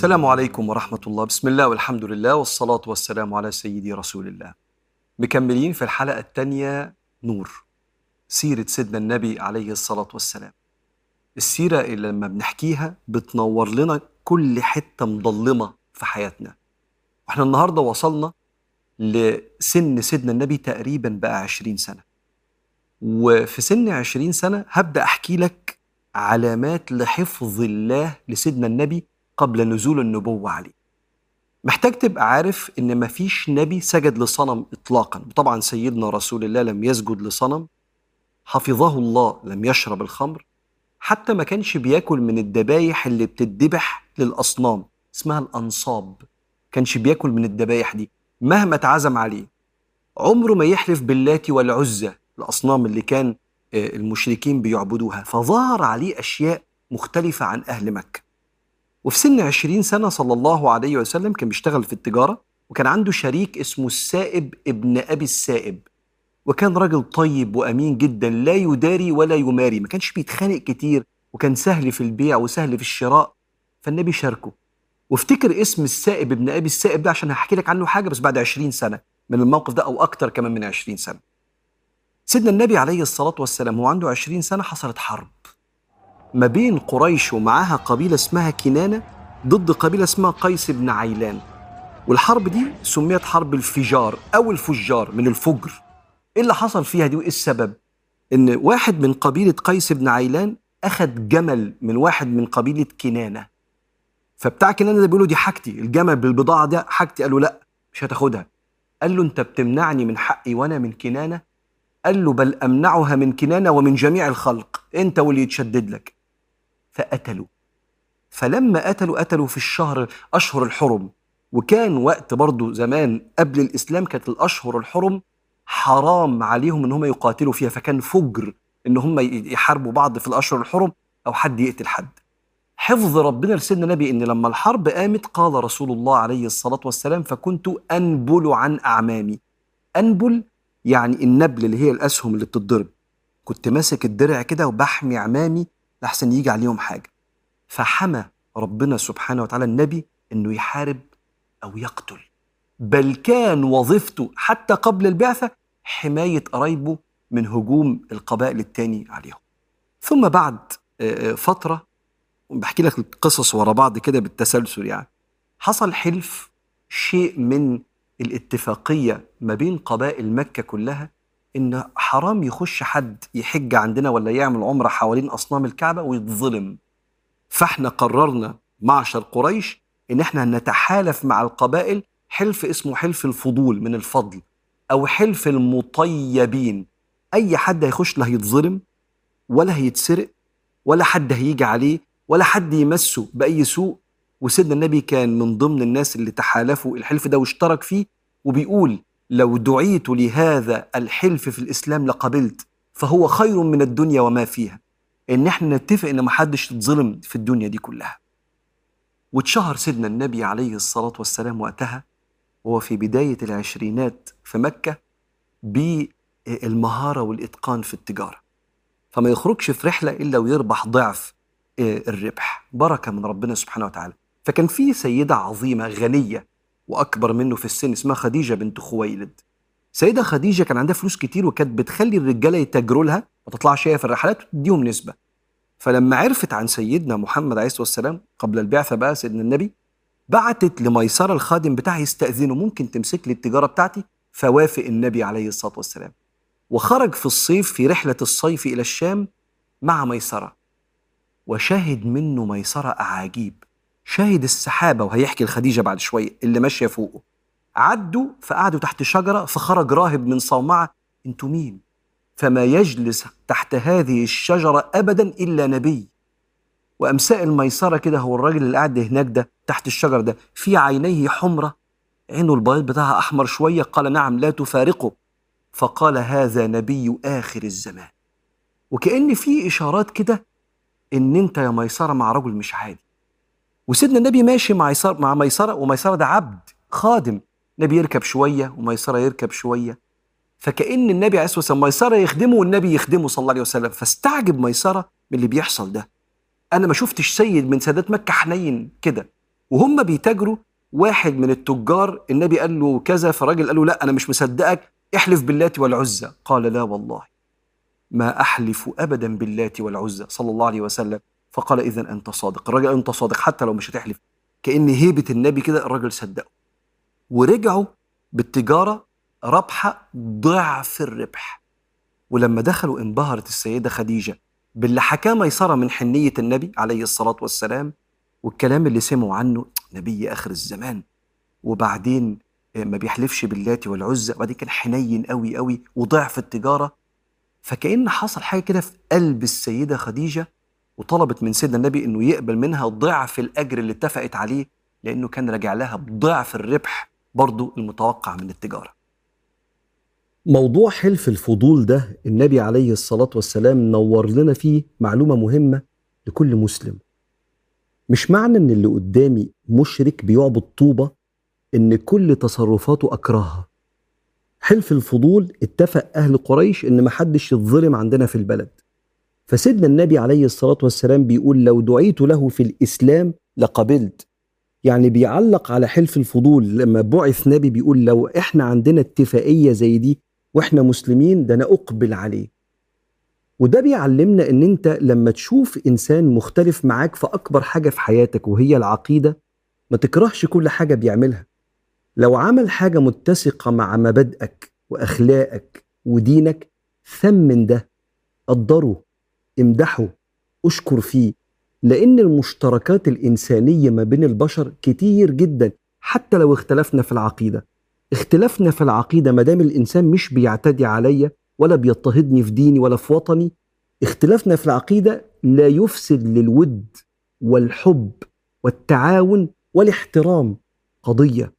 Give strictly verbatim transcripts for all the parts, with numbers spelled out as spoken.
السلام عليكم ورحمة الله. بسم الله والحمد لله والصلاة والسلام على سيدي رسول الله. مكملين في الحلقة الثانية نور، سيرة سيدنا النبي عليه الصلاة والسلام. السيرة اللي لما بنحكيها بتنور لنا كل حتة مظلمة في حياتنا. واحنا النهاردة وصلنا لسن سيدنا النبي تقريبا بقى عشرين سنة، وفي سن عشرين سنة هبدأ أحكي لك علامات لحفظ الله لسيدنا النبي قبل نزول النبوة عليه. محتاج تبقى عارف إن مفيش نبي سجد لصنم إطلاقا، وطبعا سيدنا رسول الله لم يسجد لصنم، حفظه الله لم يشرب الخمر، حتى ما كانش بياكل من الذبايح اللي بتدبح للأصنام اسمها الأنصاب، كانش بياكل من الذبايح دي مهما اتعزم عليه. عمره ما يحلف باللات والعزى، الأصنام اللي كان المشركين بيعبدوها، فظهر عليه أشياء مختلفة عن أهل مكة. وفي سن عشرين سنة صلى الله عليه وسلم كان بيشتغل في التجارة، وكان عنده شريك اسمه السائب ابن أبي السائب، وكان راجل طيب وأمين جدا لا يداري ولا يماري، ما كانش بيتخانق كتير، وكان سهل في البيع وسهل في الشراء. فالنبي شاركه. وافتكر اسم السائب ابن أبي السائب ده عشان هحكي لك عنه حاجة بس بعد عشرين سنة من الموقف ده، أو أكتر كمان من عشرين سنة. سيدنا النبي عليه الصلاة والسلام هو عنده عشرين سنة حصلت حرب ما بين قريش ومعاها قبيلة اسمها كنانة ضد قبيلة اسمها قيس بن عيلان، والحرب دي سميت حرب الفجار أو الفجار من الفجر. إيه اللي حصل فيها دي وإيه السبب؟ إن واحد من قبيلة قيس بن عيلان أخذ جمل من واحد من قبيلة كنانة، فبتاع كنانة ده بيقوله دي حاجتي، الجمل بالبضاعة ده حاجتي. قال له لا مش هتاخدها. قال له أنت بتمنعني من حقي وأنا من كنانة؟ قال له بل أمنعها من كنانة ومن جميع الخلق، أنت واللي يتشدد لك. فقتلوا. فلما قتلوا قتلوا في الشهر أشهر الحرم، وكان وقت برضو زمان قبل الإسلام كانت الأشهر الحرم حرام عليهم إن هم يقاتلوا فيها، فكان فجر إن هم يحاربوا بعض في الأشهر الحرم أو حد يقتل حد. حفظ ربنا لسيدنا النبي إن لما الحرب قامت قال رسول الله عليه الصلاة والسلام فكنت أنبل عن أعمامي. أنبل يعني النبل اللي هي الأسهم اللي بتتضرب، كنت ماسك الدرع كده وبحمي عمامي لحسن يجي عليهم حاجة. فحمى ربنا سبحانه وتعالى النبي إنه يحارب أو يقتل، بل كان وظيفته حتى قبل البعثة حماية قرايبه من هجوم القبائل التاني عليهم. ثم بعد فترة بحكي لك القصص ورا بعض كده بالتسلسل، يعني حصل حلف، شيء من الاتفاقية ما بين قبائل مكة كلها إن حرام يخش حد يحج عندنا ولا يعمل عمرة حوالين أصنام الكعبة ويتظلم. فاحنا قررنا معشر قريش إن احنا نتحالف مع القبائل حلف اسمه حلف الفضول من الفضل، أو حلف المطيبين. أي حد هيخش لا هيتظلم ولا هيتسرق ولا حد هيجي عليه ولا حد يمسه بأي سوء. وسيدنا النبي كان من ضمن الناس اللي تحالفوا الحلف ده واشترك فيه، وبيقول لو دعيت لهذا الحلف في الإسلام لقبلت، فهو خير من الدنيا وما فيها. إن احنا نتفق إن محدش يتظلم في الدنيا دي كلها. واتشهر سيدنا النبي عليه الصلاة والسلام وقتها وهو في بداية العشرينات في مكة بالمهارة والإتقان في التجارة، فما يخرجش في رحلة إلا ويربح ضعف الربح، بركة من ربنا سبحانه وتعالى. فكان في سيدة عظيمة غنية وأكبر منه في السن اسمها خديجة بنت خويلد. سيدة خديجة كان عندها فلوس كتير، وكانت بتخلي الرجالة يتاجروا لها وتطلع شيء في الرحلات وتديهم نسبة. فلما عرفت عن سيدنا محمد عليه الصلاة والسلام قبل البعثة بقى سيدنا النبي، بعتت لميسرة الخادم بتاعه يستأذنه، ممكن تمسك لي التجارة بتاعتي؟ فوافق النبي عليه الصلاة والسلام، وخرج في الصيف في رحلة الصيف إلى الشام مع ميسرة. وشاهد منه ميسرة أعاجيب، شاهد السحابة، وهيحكي الخديجة بعد شوية اللي ماشية فوقه. عدوا فقعدوا تحت شجرة، فخرج راهب من صومعة. انتوا مين؟ فما يجلس تحت هذه الشجرة أبدا إلا نبي. وأمساء الميسرة كده، هو الراجل اللي قاعد هناك ده تحت الشجرة ده في عينيه حمرة، عينه البيض بتاعها أحمر شوية. قال نعم لا تفارقه. فقال هذا نبي آخر الزمان. وكأن في إشارات كده إن أنت يا ميسرة مع رجل مش عادي. وسيدنا النبي ماشي مع ميسرة مع ميسرة وميسرة ده عبد خادم، نبي يركب شوية وميسرة يركب شوية. فكأن النبي عليه الصلاة والسلام ميسرة يخدمه والنبي يخدمه صلى الله عليه وسلم. فاستعجب ميسرة من اللي بيحصل ده. أنا ما شفتش سيد من سادات مكة حنين كده، وهم بيتاجروا، واحد من التجار النبي قال له كذا، فالراجل قال له لا أنا مش مصدقك، احلف باللات والعزى. قال لا والله ما أحلف أبدا باللات والعزى صلى الله عليه وسلم. فقال إذن أنت صادق. الراجل قال أنت صادق حتى لو مش هتحلف. كأن هيبة النبي كده الراجل صدقه، ورجعوا بالتجارة ربحة ضعف الربح. ولما دخلوا انبهرت السيدة خديجة باللي حكاه ميسرة من حنية النبي عليه الصلاة والسلام، والكلام اللي سمعوا عنه نبي آخر الزمان، وبعدين ما بيحلفش باللات والعزى، وبعدين كان حنين قوي قوي وضعف التجارة. فكأن حصل حاجة كده في قلب السيدة خديجة، وطلبت من سيدنا النبي انه يقبل منها ضعف الاجر اللي اتفقت عليه، لانه كان راجع لها بضعف الربح برضو المتوقع من التجارة. موضوع حلف الفضول ده النبي عليه الصلاة والسلام نور لنا فيه معلومة مهمة لكل مسلم. مش معنى ان اللي قدامي مشرك بيعبد طوبة ان كل تصرفاته اكرهها. حلف الفضول اتفق اهل قريش ان محدش يتظلم عندنا في البلد، فسيدنا النبي عليه الصلاة والسلام بيقول لو دعيت له في الإسلام لقبلت. يعني بيعلق على حلف الفضول لما بعث نبي بيقول لو احنا عندنا اتفاقية زي دي واحنا مسلمين ده انا اقبل عليه. وده بيعلمنا ان انت لما تشوف انسان مختلف معاك في اكبر حاجة في حياتك وهي العقيدة، ما تكرهش كل حاجة بيعملها. لو عمل حاجة متسقة مع مبادئك واخلاقك ودينك، ثمن ده، قدره، امدحه، اشكر فيه، لان المشتركات الانسانيه ما بين البشر كتير جدا. حتى لو اختلفنا في العقيده، اختلافنا في العقيده ما دام الانسان مش بيعتدي عليا ولا بيضطهدني في ديني ولا في وطني، اختلافنا في العقيده لا يفسد للود والحب والتعاون والاحترام قضيه.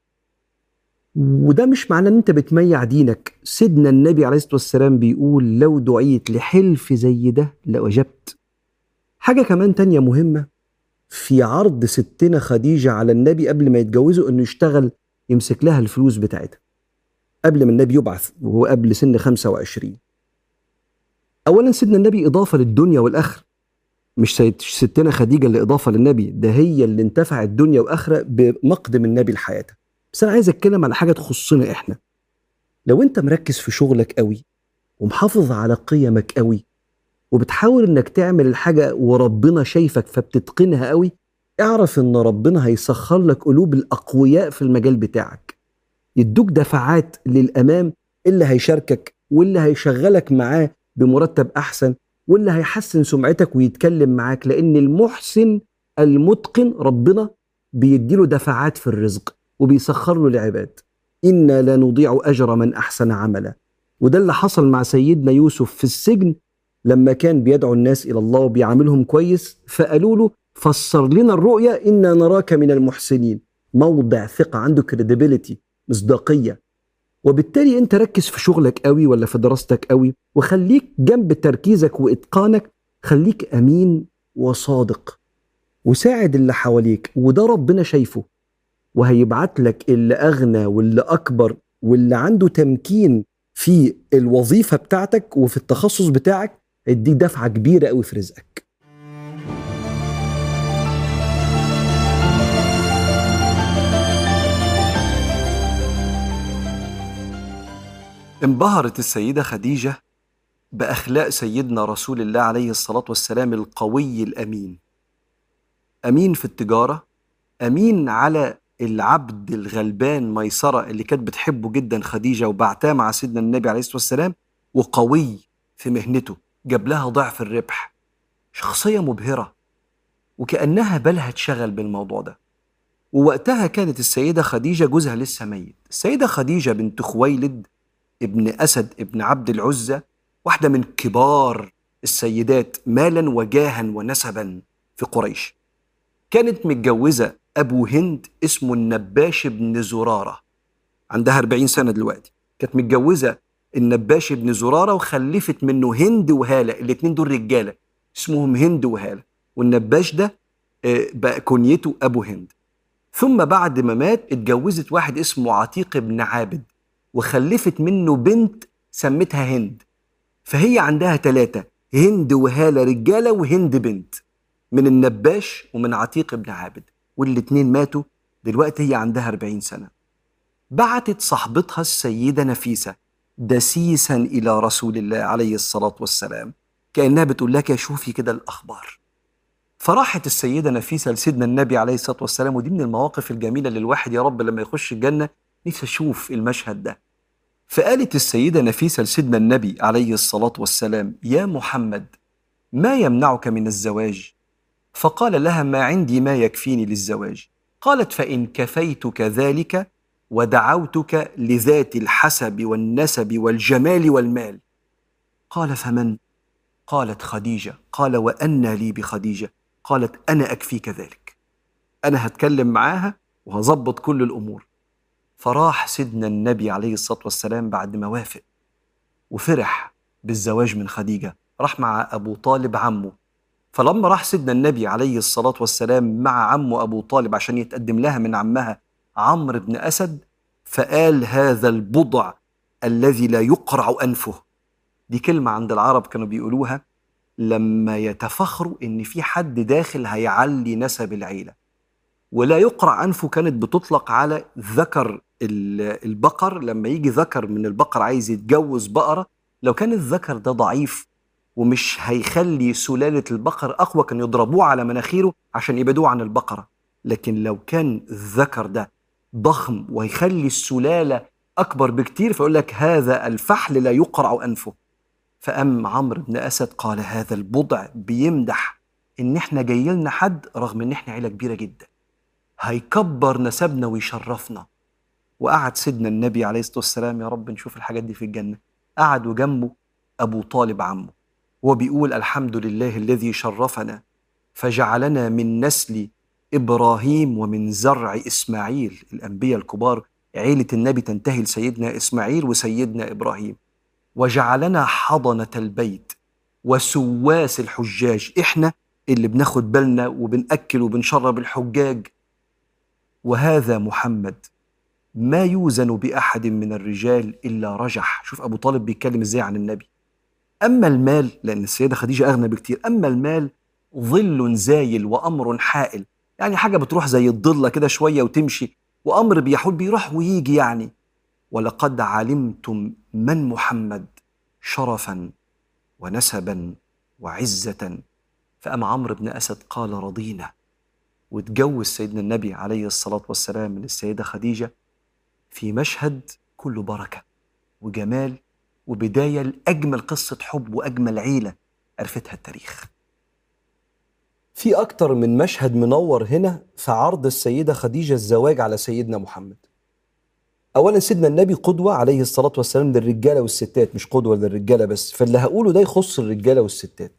وده مش معناه ان انت بتميع دينك. سيدنا النبي عليه الصلاة والسلام بيقول لو دعيت لحلف زي ده لأجبت. حاجة كمان تانية مهمة في عرض ستنا خديجة على النبي قبل ما يتجوزوا انه يشتغل يمسك لها الفلوس بتاعتها قبل ما النبي يبعث وهو قبل سن خمسة وعشرين. اولا سيدنا النبي اضافة للدنيا والاخرة، مش ستنا خديجة اللي اضافة للنبي، ده هي اللي انتفع الدنيا واخرة بمقدم النبي لحياتها. بس أنا عايز أتكلم على حاجة تخصنا إحنا. لو أنت مركز في شغلك قوي ومحافظ على قيمك قوي وبتحاول إنك تعمل الحاجة وربنا شايفك فبتتقنها قوي، اعرف إن ربنا هيسخر لك قلوب الأقوياء في المجال بتاعك، يدوك دفعات للأمام، اللي هيشاركك واللي هيشغلك معاه بمرتب أحسن واللي هيحسن سمعتك ويتكلم معاك. لأن المحسن المتقن ربنا بيديله دفعات في الرزق وبيسخر له العباد. إنا لا نضيع أجر من أحسن عملا. وده اللي حصل مع سيدنا يوسف في السجن لما كان بيدعو الناس إلى الله وبيعاملهم كويس، فقالوا له فسر لنا الرؤيا إنا نراك من المحسنين. موضع ثقة، عنده credibility، مصداقية. وبالتالي أنت ركز في شغلك قوي ولا في دراستك قوي، وخليك جنب تركيزك وإتقانك خليك أمين وصادق وساعد اللي حواليك، وده ربنا شايفه وهيبعت لك اللي أغنى واللي أكبر واللي عنده تمكين في الوظيفة بتاعتك وفي التخصص بتاعك، هيديك دفعة كبيرة قوي في رزقك. انبهرت السيدة خديجة بأخلاق سيدنا رسول الله عليه الصلاة والسلام القوي الأمين. أمين في التجارة، أمين على العبد الغلبان ميسرة اللي كانت بتحبه جدا خديجة وبعتها مع سيدنا النبي عليه الصلاة والسلام، وقوي في مهنته جاب لها ضعف الربح. شخصية مبهرة وكأنها بالها تشغل بالموضوع ده. ووقتها كانت السيدة خديجة جوزها لسه ميت. السيدة خديجة بنت خويلد ابن أسد ابن عبد العزى، واحدة من كبار السيدات مالا وجاها ونسبا في قريش. كانت متجوزة أبو هند اسمه النباش بن زرارة، عندها أربعين سنة دلوقتي. كانت متجوزة النباش بن زرارة وخلفت منه هند وهالة، الاتنين دول رجالة اسمهم هند وهالة، والنباش ده بقى كنيته أبو هند. ثم بعد ما مات اتجوزت واحد اسمه عتيق بن عابد وخلفت منه بنت سمتها هند. فهي عندها ثلاثة، هند وهالة رجالة وهند بنت، من النباش ومن عتيق بن عابد، والاتنين ماتوا دلوقتي هي عندها أربعين سنة. بعتت صاحبتها السيدة نفيسة دسيسا إلى رسول الله عليه الصلاة والسلام، كأنها بتقول لك شوفي كده الأخبار. فراحت السيدة نفيسة لسيدنا النبي عليه الصلاة والسلام، ودي من المواقف الجميلة اللي الواحد يا رب لما يخش الجنة نفسي أشوف المشهد ده. فقالت السيدة نفيسة لسيدنا النبي عليه الصلاة والسلام: يا محمد، ما يمنعك من الزواج؟ فقال لها: ما عندي ما يكفيني للزواج. قالت: فإن كفيتك ذلك ودعوتك لذات الحسب والنسب والجمال والمال. قال: فمن؟ قالت: خديجة. قال: وأنى لي بخديجة؟ قالت: أنا أكفيك ذلك، أنا هتكلم معاها وهظبط كل الأمور. فراح سيدنا النبي عليه الصلاة والسلام بعد ما وافق وفرح بالزواج من خديجة، راح مع أبو طالب عمه. فلما راح سيدنا النبي عليه الصلاة والسلام مع عمه أبو طالب عشان يتقدم لها من عمها عمرو بن أسد، فقال: هذا البضع الذي لا يقرع أنفه. دي كلمة عند العرب كانوا بيقولوها لما يتفخروا إن في حد داخل هيعلي نسب العيلة. ولا يقرع أنفه كانت بتطلق على ذكر البقر، لما يجي ذكر من البقر عايز يتجوز بقرة، لو كان الذكر ده ضعيف ومش هيخلي سلالة البقر أقوى كان يضربوه على مناخيره عشان يبعدوه عن البقرة. لكن لو كان الذكر ده ضخم ويخلي السلالة أكبر بكتير فيقول لك هذا الفحل لا يقرع أنفه. فأم عمرو بن أسد قال: هذا البضع بيمدح إن إحنا جاي لنا حد رغم إن إحنا عيلة كبيرة جدا هيكبر نسبنا ويشرفنا. وقعد سيدنا النبي عليه الصلاة والسلام، يا رب نشوف الحاجات دي في الجنة، قعد وجنبه أبو طالب عمه وبيقول: الحمد لله الذي شرفنا فجعلنا من نسل إبراهيم ومن زرع إسماعيل. الأنبياء الكبار عيلة النبي تنتهي لسيدنا إسماعيل وسيدنا إبراهيم. وجعلنا حضنة البيت وسواس الحجاج، إحنا اللي بناخد بالنا وبنأكل وبنشرب الحجاج. وهذا محمد ما يوزن بأحد من الرجال إلا رجح. شوف أبو طالب بيتكلم إزاي عن النبي. أما المال، لأن السيدة خديجة أغنى بكتير، أما المال ظل زايل وأمر حائل، يعني حاجة بتروح زي الضلة كده شوية وتمشي، وأمر بيحول بيروح ويجي يعني. ولقد علمتم من محمد شرفا ونسبا وعزة. فأما عمرو بن أسد قال: رضينا. وتجوز سيدنا النبي عليه الصلاة والسلام من السيدة خديجة في مشهد كله بركة وجمال وبداية لأجمل قصة حب وأجمل عيلة عرفتها التاريخ. في أكتر من مشهد منور هنا في عرض السيدة خديجة الزواج على سيدنا محمد. أولا سيدنا النبي قدوة عليه الصلاة والسلام للرجالة والستات، مش قدوة للرجالة بس، فاللي هقوله ده يخص الرجالة والستات.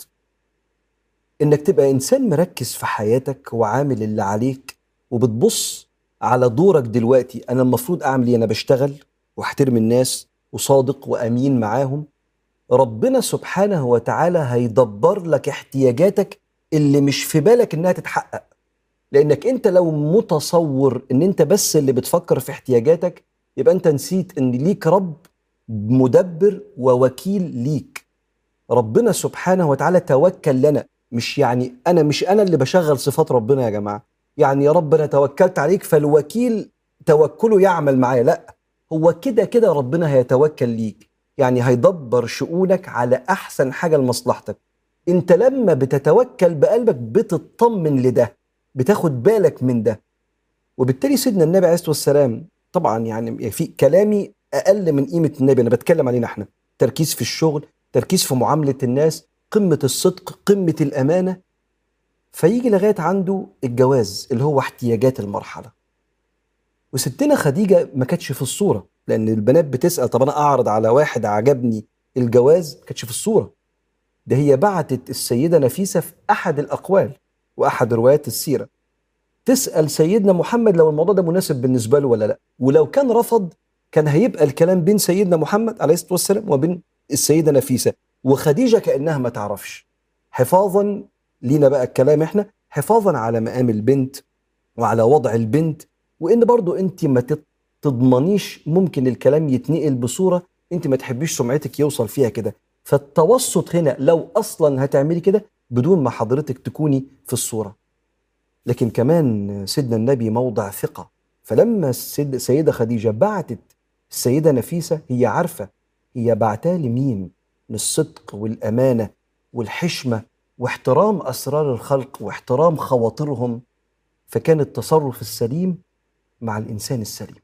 إنك تبقى إنسان مركز في حياتك وعامل اللي عليك وبتبص على دورك دلوقتي، أنا المفروض أعمل إيه؟ أنا بشتغل واحترم الناس وصادق وأمين معاهم. ربنا سبحانه وتعالى هيدبر لك احتياجاتك اللي مش في بالك إنها تتحقق، لأنك أنت لو متصور إن أنت بس اللي بتفكر في احتياجاتك يبقى أنت نسيت إن ليك رب مدبر ووكيل ليك. ربنا سبحانه وتعالى توكل لنا، مش يعني أنا مش أنا اللي بشغل صفات ربنا يا جماعة، يعني يا رب أنا توكلت عليك فالوكيل توكله يعمل معايا، لا، هو كده كده ربنا هيتوكل ليك، يعني هيدبر شؤونك على أحسن حاجة لمصلحتك. أنت لما بتتوكل بقلبك بتطمن لده، بتاخد بالك من ده. وبالتالي سيدنا النبي عليه الصلاة والسلام، طبعا يعني في كلامي أقل من قيمة النبي، أنا بتكلم علينا احنا، تركيز في الشغل، تركيز في معاملة الناس، قمة الصدق، قمة الأمانة. فيجي لغاية عنده الجواز اللي هو احتياجات المرحلة. وستنا خديجة ما كانتش في الصورة، لأن البنات بتسأل طب أنا أعرض على واحد عجبني الجواز، ما كانتش في الصورة. ده هي بعتت السيدة نفيسة في أحد الأقوال وأحد روايات السيرة تسأل سيدنا محمد لو الموضوع ده مناسب بالنسبة له ولا لا، ولو كان رفض كان هيبقى الكلام بين سيدنا محمد عليه الصلاة والسلام وبين السيدة نفيسة، وخديجة كأنها ما تعرفش، حفاظا لينا بقى الكلام احنا، حفاظا على مقام البنت وعلى وضع البنت، وإن برضو أنت ما تضمنيش ممكن الكلام يتنقل بصورة أنت ما تحبيش سمعتك يوصل فيها كده. فالتوسط هنا لو أصلا هتعملي كده بدون ما حضرتك تكوني في الصورة. لكن كمان سيدنا النبي موضع ثقة فلما السيد- السيدة خديجة بعتت السيدة نفيسة، هي عارفة هي بعتها لمين، للصدق والأمانة والحشمة واحترام أسرار الخلق واحترام خواطرهم. فكان التصرف السليم مع الإنسان السليم.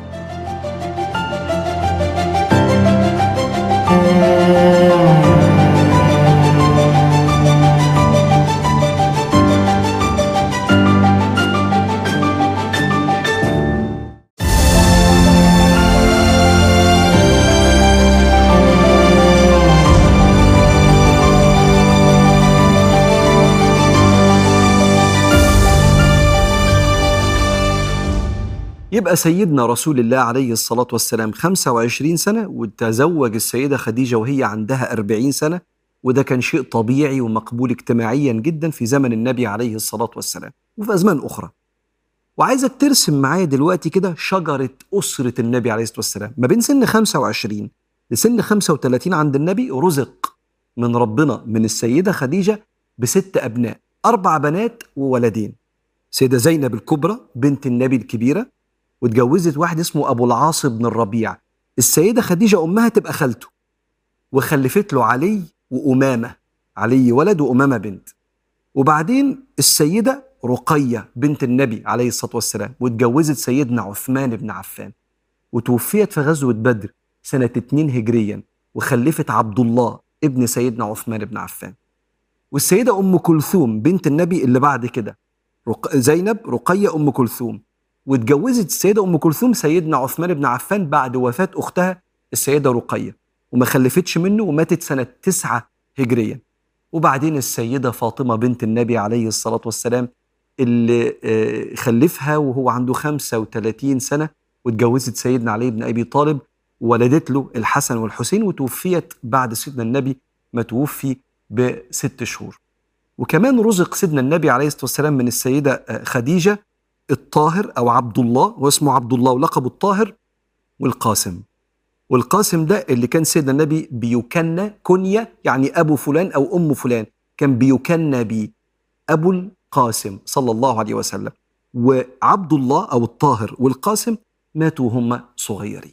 يبقى سيدنا رسول الله عليه الصلاة والسلام خمسة وعشرين سنة، وتزوج السيدة خديجة وهي عندها أربعين سنة، وده كان شيء طبيعي ومقبول اجتماعيا جدا في زمن النبي عليه الصلاة والسلام وفي أزمان أخرى. وعايزك ترسم معايا دلوقتي كده شجرة أسرة النبي عليه الصلاة والسلام ما بين سن خمسة وعشرين لسن خمسة وثلاثين. عند النبي رزق من ربنا من السيدة خديجة بست أبناء، أربع بنات وولدين. سيدة زينب الكبرى بنت النبي الكبيرة، واتجوزت واحد اسمه أبو العاص بن الربيع. السيدة خديجة أمها تبقى خالته، وخلفت له علي وأمامة، علي ولد وأمامة بنت. وبعدين السيدة رقية بنت النبي عليه الصلاة والسلام، واتجوزت سيدنا عثمان بن عفان، وتوفيت في غزوة بدر سنة اتنين هجريا، وخلفت عبد الله ابن سيدنا عثمان بن عفان. والسيدة أم كلثوم بنت النبي اللي بعد كده، رق... زينب رقية أم كلثوم، واتجوزت السيدة أم كلثوم سيدنا عثمان بن عفان بعد وفاة أختها السيدة رقية، وما خلفتش منه وماتت سنة تسعة هجريا. وبعدين السيدة فاطمة بنت النبي عليه الصلاة والسلام اللي خلفها وهو عنده خمسة وثلاثين سنة، واتجوزت سيدنا علي بن أبي طالب، وولدت له الحسن والحسين، وتوفيت بعد سيدنا النبي ما توفي بست شهور. وكمان رزق سيدنا النبي عليه الصلاة والسلام من السيدة خديجة الطاهر أو عبد الله، واسمه عبد الله ولقبه الطاهر، والقاسم. والقاسم ده اللي كان سيدنا النبي بيكنى كنية، يعني أبو فلان أو أم فلان، كان بيكنى بيه أبو القاسم صلى الله عليه وسلم. وعبد الله أو الطاهر والقاسم ماتوا هم صغيرين.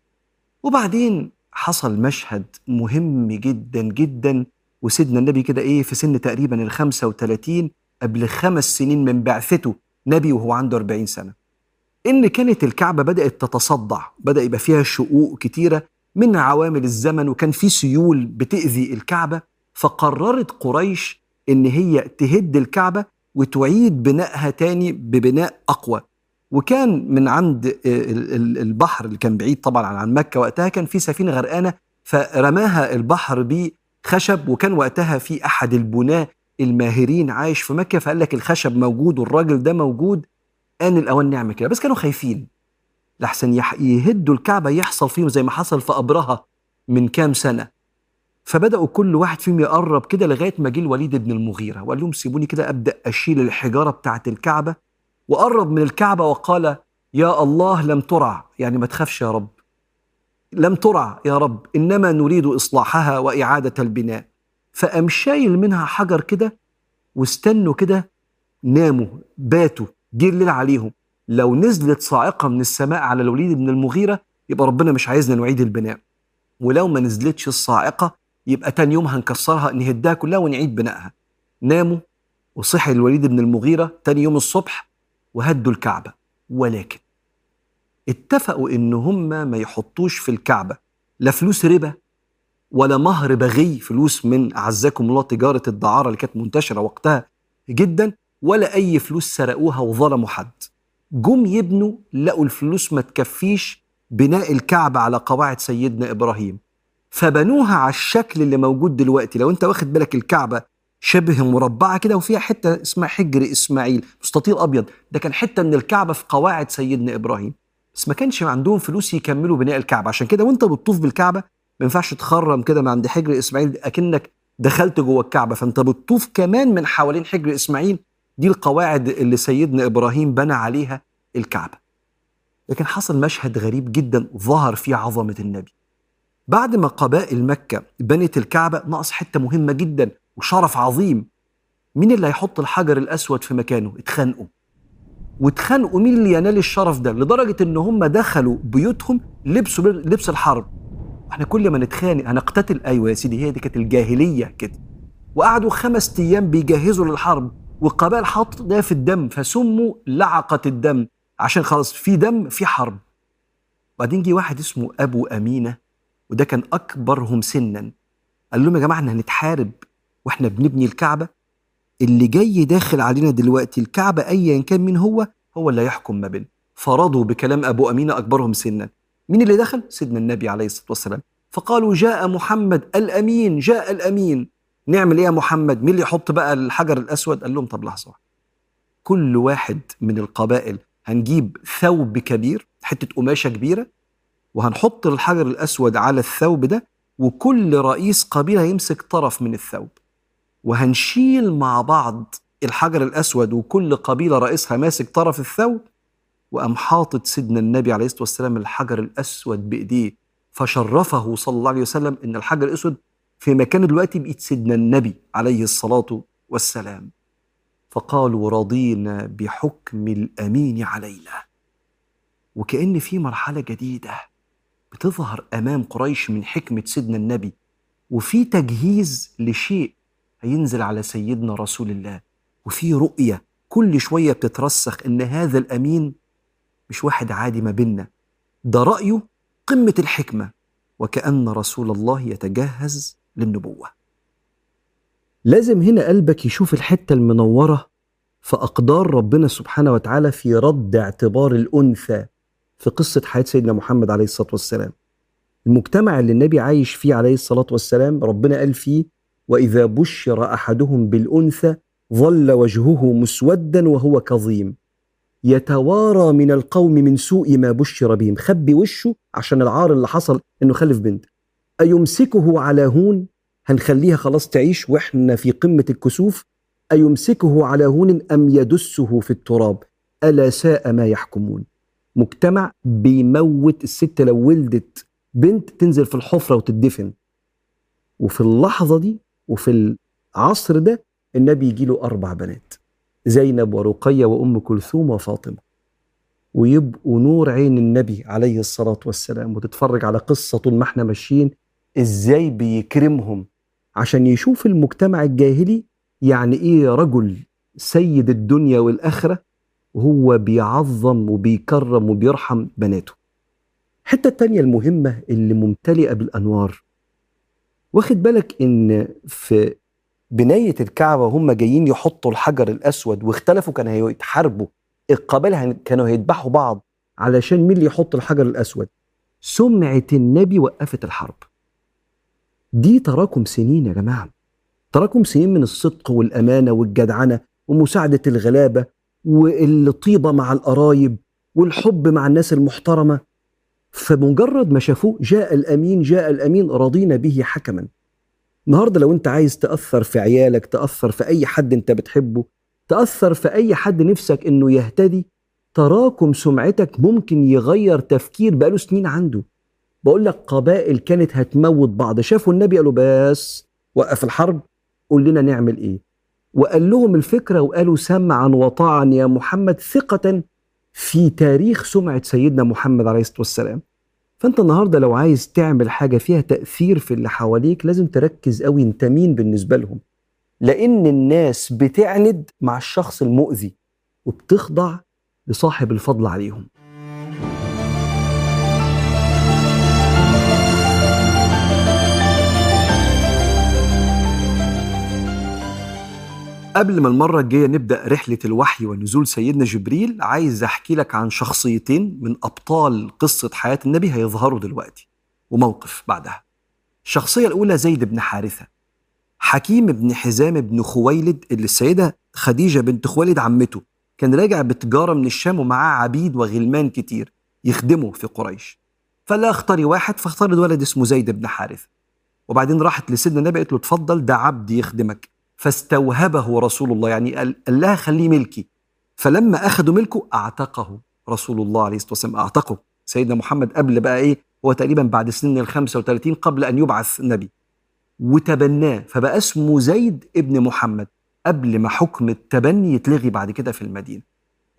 وبعدين حصل مشهد مهم جدا جدا، وسيدنا النبي كده إيه في سن تقريبا الخمسة وثلاثين، قبل خمس سنين من بعثته نبي وهو عنده أربعين سنة، إن كانت الكعبة بدأت تتصدع، بدأ يبقى فيها شقوق كتيرة من عوامل الزمن، وكان في سيول بتأذي الكعبة. فقررت قريش إن هي تهد الكعبة وتعيد بنائها تاني ببناء أقوى. وكان من عند البحر اللي كان بعيد طبعا عن مكة وقتها، كان في سفينة غرقانة، فرماها البحر بخشب، وكان وقتها في أحد البناة الماهرين عايش في مكة، فقال لك الخشب موجود والراجل ده موجود، آن الأوان نعمل كده. بس كانوا خايفين لحسن يهدوا الكعبة يحصل فيهم زي ما حصل في أبرهة من كام سنة. فبدأوا كل واحد فيهم يقرب كده لغاية ما جه الوليد بن المغيرة وقال لهم سيبوني كده أبدأ أشيل الحجارة بتاعة الكعبة. وقرب من الكعبة وقال يا الله لم ترع، يعني ما تخافش يا رب، لم ترع يا رب، إنما نريد إصلاحها وإعادة البناء. فقام شايل منها حجر كده، واستنوا كده، ناموا باتوا، جه الليل عليهم. لو نزلت صاعقة من السماء على الوليد بن المغيرة يبقى ربنا مش عايزنا نعيد البناء، ولو ما نزلتش الصاعقة يبقى تاني يوم هنكسرها نهدها كلها ونعيد بنائها. ناموا وصحي الوليد بن المغيرة تاني يوم الصبح وهدوا الكعبة، ولكن اتفقوا إن هم ما يحطوش في الكعبة لا فلوس ربا ولا مهر بغي، فلوس من أعزكم الله تجارة الدعارة اللي كانت منتشرة وقتها جدا، ولا أي فلوس سرقوها وظلموا حد. جم يبنوا لقوا الفلوس ما تكفيش بناء الكعبة على قواعد سيدنا إبراهيم، فبنوها على الشكل اللي موجود دلوقتي. لو انت واخد بالك الكعبة شبه مربعة كده، وفيها حتة اسمها حجر إسماعيل، مستطيل أبيض، ده كان حتة من الكعبة في قواعد سيدنا إبراهيم. بس ما كانش عندهم فلوس يكملوا بناء الكعبة، عشان كده وانت بتطوف بالكعبة ما ينفعش تخرم كده من عند حجر إسماعيل أكنك دخلت جوه الكعبة، فانت بتطوف كمان من حوالين حجر إسماعيل. دي القواعد اللي سيدنا إبراهيم بنى عليها الكعبة. لكن حصل مشهد غريب جدا ظهر فيه عظمة النبي. بعد ما قبائل مكة بنت الكعبة ناقص حتة مهمة جدا وشرف عظيم، مين اللي هيحط الحجر الأسود في مكانه؟ اتخانقوا. واتخانقوا مين اللي ينال الشرف ده، لدرجة ان هم دخلوا بيوتهم لبسوا لبس الحرب. احنا كل ما نتخانق هنقتتل؟ ايوه يا سيدي، هي دي كانت الجاهلية كده. وقعدوا خمس ايام بيجهزوا للحرب، والقبائل حطت ده في الدم فسموا لعقة الدم، عشان خلاص في دم في حرب. وبعدين جه واحد اسمه ابو امينة، وده كان اكبرهم سنا، قال لهم يا جماعة احنا هنتحارب واحنا بنبني الكعبة، اللي جاي داخل علينا دلوقتي الكعبة أيا كان مين هو هو اللي هيحكم ما بين. فرضوا بكلام أبو أمينة أكبرهم سنا. مين اللي دخل؟ سيدنا النبي عليه الصلاة والسلام. فقالوا جاء محمد الأمين، جاء الأمين. نعمل إيه يا محمد؟ مين اللي يحط بقى الحجر الأسود؟ قال لهم طب لحظة، كل واحد من القبائل هنجيب ثوب كبير، حتة قماشة كبيرة، وهنحط الحجر الأسود على الثوب ده، وكل رئيس قبيلة يمسك طرف من الثوب، وهنشيل مع بعض الحجر الأسود وكل قبيلة رئيسها ماسك طرف الثوب. وقام حاطط سيدنا النبي عليه الصلاة والسلام الحجر الأسود بإيديه، فشرفه صلى الله عليه وسلم إن الحجر الأسود في مكانه دلوقتي بإيد سيدنا النبي عليه الصلاة والسلام. فقالوا رضينا بحكم الأمين علينا. وكأن في مرحلة جديدة بتظهر أمام قريش من حكمة سيدنا النبي، وفي تجهيز لشيء هينزل على سيدنا رسول الله، وفي رؤية كل شوية بتترسخ إن هذا الأمين مش واحد عادي ما بيننا، ده رأيه قمة الحكمة، وكأن رسول الله يتجهز للنبوة. لازم هنا قلبك يشوف الحتة المنورة في أقدار ربنا سبحانه وتعالى في رد اعتبار الأنثى في قصة حياة سيدنا محمد عليه الصلاة والسلام. المجتمع اللي النبي عايش فيه عليه الصلاة والسلام ربنا قال فيه وإذا بشر أحدهم بالأنثى ظل وجهه مسودا وهو كظيم يتوارى من القوم من سوء ما بشر به، مخبي وشه عشان العار اللي حصل إنه خلف بنت. أيمسكه على هون، هنخليها خلاص تعيش وإحنا في قمة الكسوف، أيمسكه على هون أم يدسه في التراب ألا ساء ما يحكمون. مجتمع بيموت الست لو ولدت بنت تنزل في الحفرة وتدفن. وفي اللحظة دي وفي العصر ده النبي يجيله أربع بنات، زينب ورقية وأم كلثوم وفاطمة، ويبقوا نور عين النبي عليه الصلاة والسلام. وتتفرج على قصة طول ما احنا ماشيين ازاي بيكرمهم عشان يشوف المجتمع الجاهلي يعني ايه رجل سيد الدنيا والآخرة وهو بيعظم وبيكرم وبيرحم بناته. الحتة التانية المهمة اللي ممتلئة بالأنوار، واخد بالك إن في بناية الكعبة هم جايين يحطوا الحجر الأسود واختلفوا، كانوا هيتحاربوا القبائل، كانوا هيذبحوا بعض علشان مين اللي يحط الحجر الأسود. سمعة النبي وقفت الحرب دي. تراكم سنين يا جماعة، تراكم سنين من الصدق والأمانة والجدعنة ومساعدة الغلابة والطيبة مع القرايب والحب مع الناس المحترمة. فمجرد ما شافوه جاء الأمين، جاء الأمين رضينا به حكما. النهاردة لو انت عايز تأثر في عيالك، تأثر في أي حد انت بتحبه، تأثر في أي حد نفسك انه يهتدي، تراكم سمعتك ممكن يغير تفكير بقاله سنين عنده. بقول لك قبائل كانت هتموت بعض، شافوا النبي قالوا بس وقف الحرب، قول لنا نعمل ايه. وقال لهم الفكرة وقالوا سمعا وطاعا يا محمد، ثقة في تاريخ سمعة سيدنا محمد عليه الصلاة والسلام. فأنت النهاردة لو عايز تعمل حاجة فيها تأثير في اللي حواليك لازم تركز قوي انت مين بالنسبة لهم، لأن الناس بتعند مع الشخص المؤذي وبتخضع لصاحب الفضل عليهم. قبل ما المرة الجاية نبدأ رحلة الوحي ونزول سيدنا جبريل، عايز أحكي لك عن شخصيتين من أبطال قصة حياة النبي هيظهروا دلوقتي وموقف بعدها. الشخصية الأولى زيد بن حارثة، حكيم بن حزام بن خويلد اللي السيدة خديجة بنت خويلد عمته، كان راجع بتجارة من الشام ومعاه عبيد وغلمان كتير يخدموا في قريش، فلا اختاري واحد، فاختار الولد اسمه زيد بن حارثة. وبعدين راحت لسيدنا النبي قالت له اتفضل ده عبد يخدمك، فاستوهبه رسول الله، يعني قال لها خليه ملكي. فلما أخذوا ملكه أعتقه رسول الله عليه الصلاة والسلام، أعتقه سيدنا محمد قبل بقى إيه، هو تقريبا بعد سن الخمسة وثلاثين قبل أن يبعث النبي، وتبناه فبقى اسمه زيد ابن محمد قبل ما حكم التبني يتلغي بعد كده في المدينة.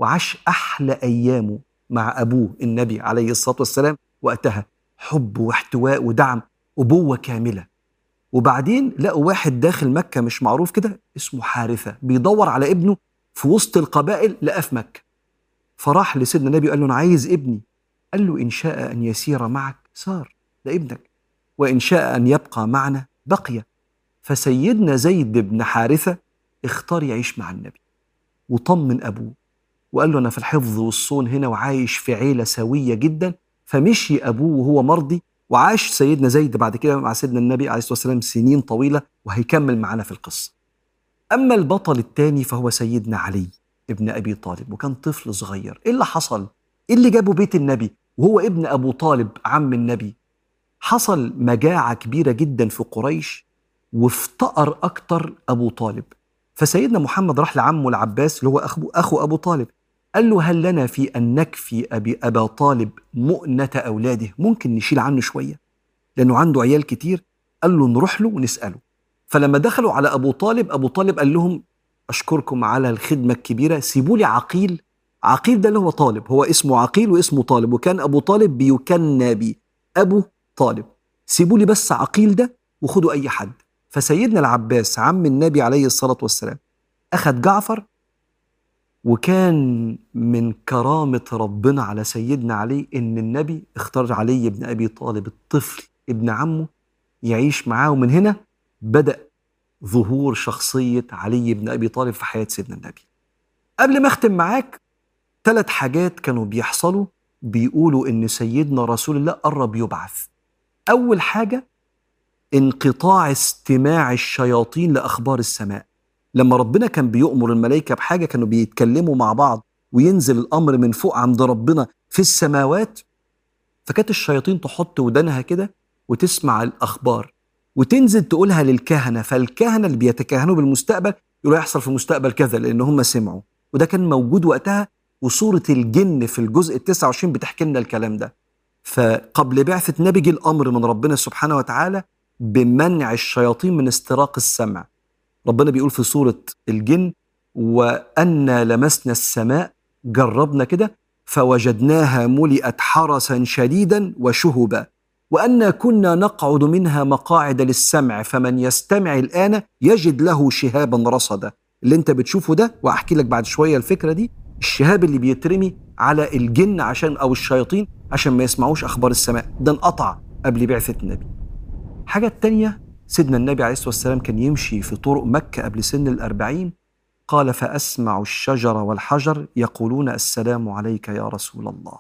وعاش أحلى أيامه مع أبوه النبي عليه الصلاة والسلام وقتها، حب واحتواء ودعم، أبوة كاملة. وبعدين لقوا واحد داخل مكة مش معروف كده اسمه حارثة بيدور على ابنه في وسط القبائل، لقاه في مكة. فراح لسيدنا النبي قال له أنا عايز ابني. قال له إن شاء أن يسير معك سار، ده ابنك، وإن شاء أن يبقى معنا بقي. فسيدنا زيد بن حارثة اختار يعيش مع النبي وطمن أبوه وقال له أنا في الحفظ والصون هنا وعايش في عيلة سوية جدا. فمشي أبوه وهو مرضي، وعاش سيدنا زيد بعد كده مع سيدنا النبي عليه الصلاة والسلام سنين طويلة، وهيكمل معنا في القصة. أما البطل الثاني فهو سيدنا علي ابن أبي طالب، وكان طفل صغير. إيه اللي حصل؟ إيه اللي جابه بيت النبي وهو ابن أبو طالب عم النبي؟ حصل مجاعة كبيرة جدا في قريش، وافتقر أكتر أبو طالب. فسيدنا محمد راح لعمه العباس اللي هو أخو, أخو أبو طالب، قال له هل لنا في أن نكفي أبي أبا طالب مؤنة أولاده؟ ممكن نشيل عنه شوية لأنه عنده عيال كتير. قال له نروح له ونسأله. فلما دخلوا على أبو طالب، أبو طالب قال لهم أشكركم على الخدمة الكبيرة، سيبوا لي عقيل. عقيل ده اللي هو طالب، هو اسمه عقيل واسمه طالب، وكان أبو طالب بيكنى بي أبو طالب. سيبوا لي بس عقيل ده وخدوا أي حد. فسيدنا العباس عم النبي عليه الصلاة والسلام أخذ جعفر. وكان من كرامة ربنا على سيدنا علي إن النبي اختار علي بن أبي طالب الطفل ابن عمه يعيش معاه. ومن هنا بدأ ظهور شخصية علي بن أبي طالب في حياة سيدنا النبي. قبل ما أختم معاك، ثلاث حاجات كانوا بيحصلوا بيقولوا إن سيدنا رسول الله قرب يبعث. أول حاجة انقطاع استماع الشياطين لأخبار السماء. لما ربنا كان بيؤمر الملائكة بحاجة كانوا بيتكلموا مع بعض وينزل الأمر من فوق عند ربنا في السماوات، فكانت الشياطين تحط ودانها كده وتسمع الأخبار وتنزل تقولها للكهنة. فالكهنة اللي بيتكهنوا بالمستقبل يقولوا يحصل في المستقبل كذا لأن هم سمعوا. وده كان موجود وقتها، وسورة الجن في الجزء التسعة وعشرين بتحكي لنا الكلام ده. فقبل بعثة النبي جه الأمر من ربنا سبحانه وتعالى بمنع الشياطين من استراق السمع. ربنا بيقول في سورة الجن وأنا لمسنا السماء، جربنا كده فوجدناها ملئت حرسا شديدا وشهبا وأنا كنا نقعد منها مقاعد للسمع فمن يستمع الآن يجد له شهابا رصدا. اللي انت بتشوفه ده، وأحكي لك بعد شوية الفكرة دي، الشهاب اللي بيترمي على الجن عشان أو الشياطين عشان ما يسمعوش أخبار السماء، ده انقطع قبل بعثة النبي. حاجة التانية، سيدنا النبي عليه الصلاة والسلام كان يمشي في طرق مكة قبل سن الأربعين، قال فأسمع الشجر والحجر يقولون السلام عليك يا رسول الله،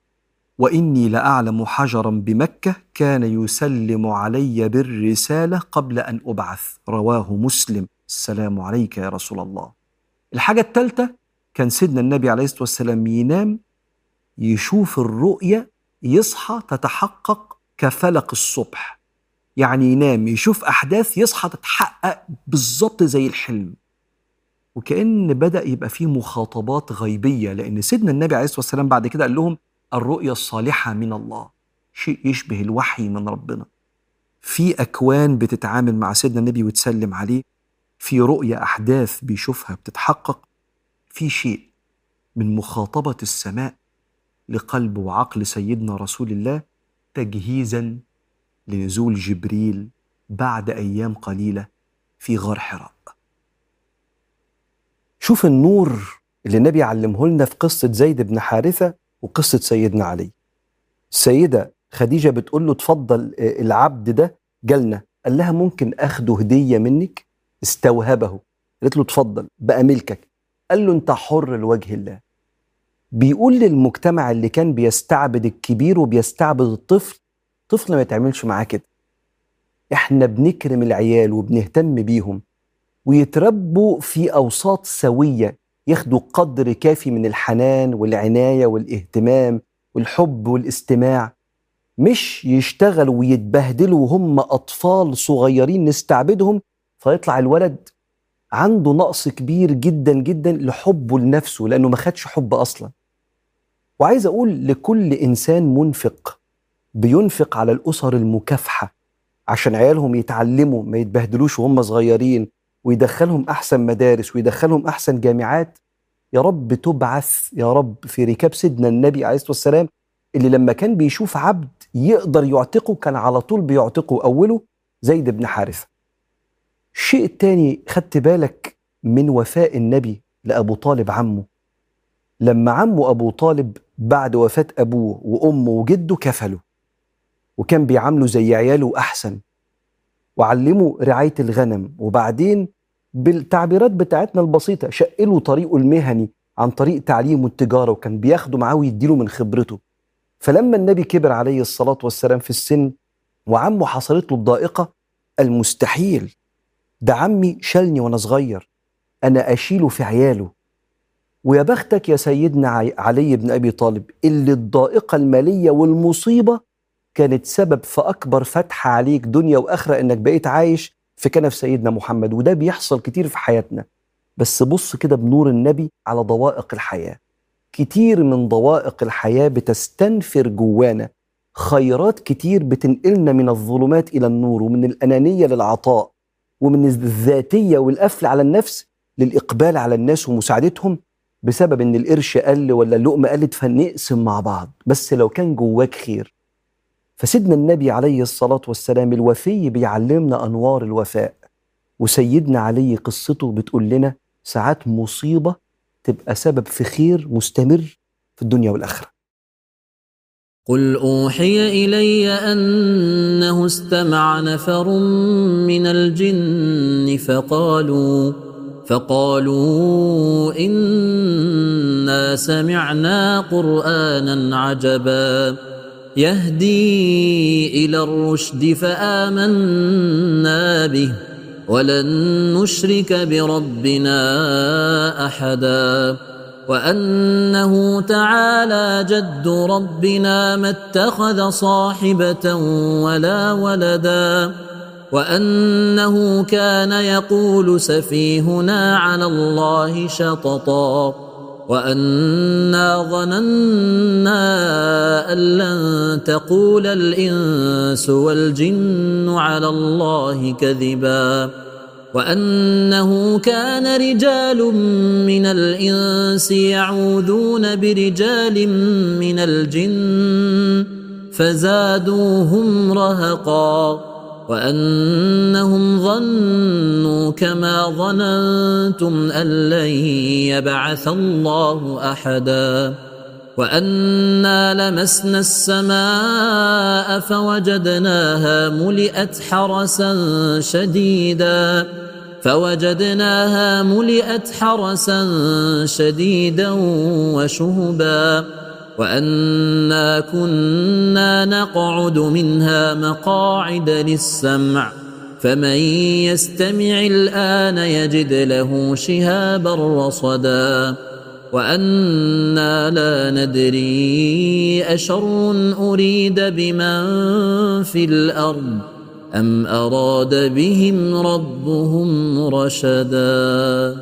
وإني لأعلم حجرا بمكة كان يسلم علي بالرسالة قبل أن أبعث، رواه مسلم. السلام عليك يا رسول الله. الحاجة الثالثة، كان سيدنا النبي عليه الصلاة والسلام ينام يشوف الرؤية يصحى تتحقق كفلق الصبح. يعني ينام يشوف أحداث يصحى تتحقق بالظبط زي الحلم. وكأن بدأ يبقى فيه مخاطبات غيبية، لأن سيدنا النبي عليه الصلاة والسلام بعد كده قال لهم الرؤيا الصالحة من الله، شيء يشبه الوحي من ربنا. في أكوان بتتعامل مع سيدنا النبي وتسلم عليه، في رؤيا أحداث بيشوفها بتتحقق، في شيء من مخاطبة السماء لقلب وعقل سيدنا رسول الله تجهيزا لنزول جبريل بعد أيام قليلة في غار حراء. شوف النور اللي النبي علمه لنا في قصة زيد بن حارثة وقصة سيدنا علي. السيدة خديجة بتقول له تفضل العبد ده جالنا، قال لها ممكن أخده هدية منك؟ استوهبه، قالت له تفضل بقى ملكك. قال له انت حر لوجه الله. بيقول للمجتمع اللي كان بيستعبد الكبير وبيستعبد الطفل، طفل ما يتعملش معاه كده، احنا بنكرم العيال وبنهتم بيهم ويتربوا في أوساط سوية، ياخدوا قدر كافي من الحنان والعناية والاهتمام والحب والاستماع، مش يشتغلوا ويتبهدلوا وهم أطفال صغيرين نستعبدهم فيطلع الولد عنده نقص كبير جدا جدا لحبه لنفسه لأنه ما خدش حب أصلا. وعايز أقول لكل إنسان منفق بينفق على الأسر المكافحة عشان عيالهم يتعلموا ما يتبهدلوش وهم صغيرين ويدخلهم أحسن مدارس ويدخلهم أحسن جامعات، يا رب تبعث يا رب في ركاب سيدنا النبي عليه الصلاة والسلام، اللي لما كان بيشوف عبد يقدر يعتقه كان على طول بيعتقه. أوله زيد بن حارثة. الشيء التاني، خدت بالك من وفاء النبي لأبو طالب عمه؟ لما عمه أبو طالب بعد وفاة أبوه وأمه وجده كفله، وكان بيعامله زي عياله أحسن، وعلمه رعاية الغنم، وبعدين بالتعبيرات بتاعتنا البسيطة شقله طريقه المهني عن طريق تعليمه التجارة، وكان بياخده معاه ويديله من خبرته. فلما النبي كبر عليه الصلاة والسلام في السن وعمه حصلت له الضائقة، المستحيل، ده عمي شالني وأنا صغير، أنا أشيله في عياله. ويا بختك يا سيدنا علي بن أبي طالب اللي الضائقة المالية والمصيبة كانت سبب في أكبر فتح عليك دنيا وآخرة، إنك بقيت عايش في كنف سيدنا محمد. وده بيحصل كتير في حياتنا، بس بص كده بنور النبي على ضوائق الحياة. كتير من ضوائق الحياة بتستنفر جوانا خيرات كتير بتنقلنا من الظلمات إلى النور، ومن الأنانية للعطاء، ومن الذاتية والقفل على النفس للإقبال على الناس ومساعدتهم، بسبب إن القرش قل ولا اللقمة قلت فنقسم مع بعض، بس لو كان جواك خير. فسيدنا النبي عليه الصلاة والسلام الوفي بيعلمنا أنوار الوفاء، وسيدنا علي قصته بتقول لنا ساعات مصيبة تبقى سبب في خير مستمر في الدنيا والآخرة. قل أوحي إلي أنه استمع نفر من الجن فقالوا فقالوا إنا سمعنا قرآنا عجبا يهدي إلى الرشد فآمنا به ولن نشرك بربنا أحدا وأنه تعالى جد ربنا ما اتخذ صاحبة ولا ولدا وأنه كان يقول سفيهنا على الله شططا وأنا ظننا أن لن تقول الإنس والجن على الله كذبا وأنه كان رجال من الإنس يعوذون برجال من الجن فزادوهم رهقا وأنهم ظنوا كما ظننتم أن لن يبعث الله أحدا وأنا لمسنا السماء فوجدناها ملئت حرسا شديدا فوجدناها ملئت حرسا شديدا وشهبا وأنا كنا نقعد منها مقاعد للسمع فمن يستمع الآن يجد له شهابا رصدا وأنا لا ندري أشر أريد بمن في الأرض أم أراد بهم ربهم رشدا.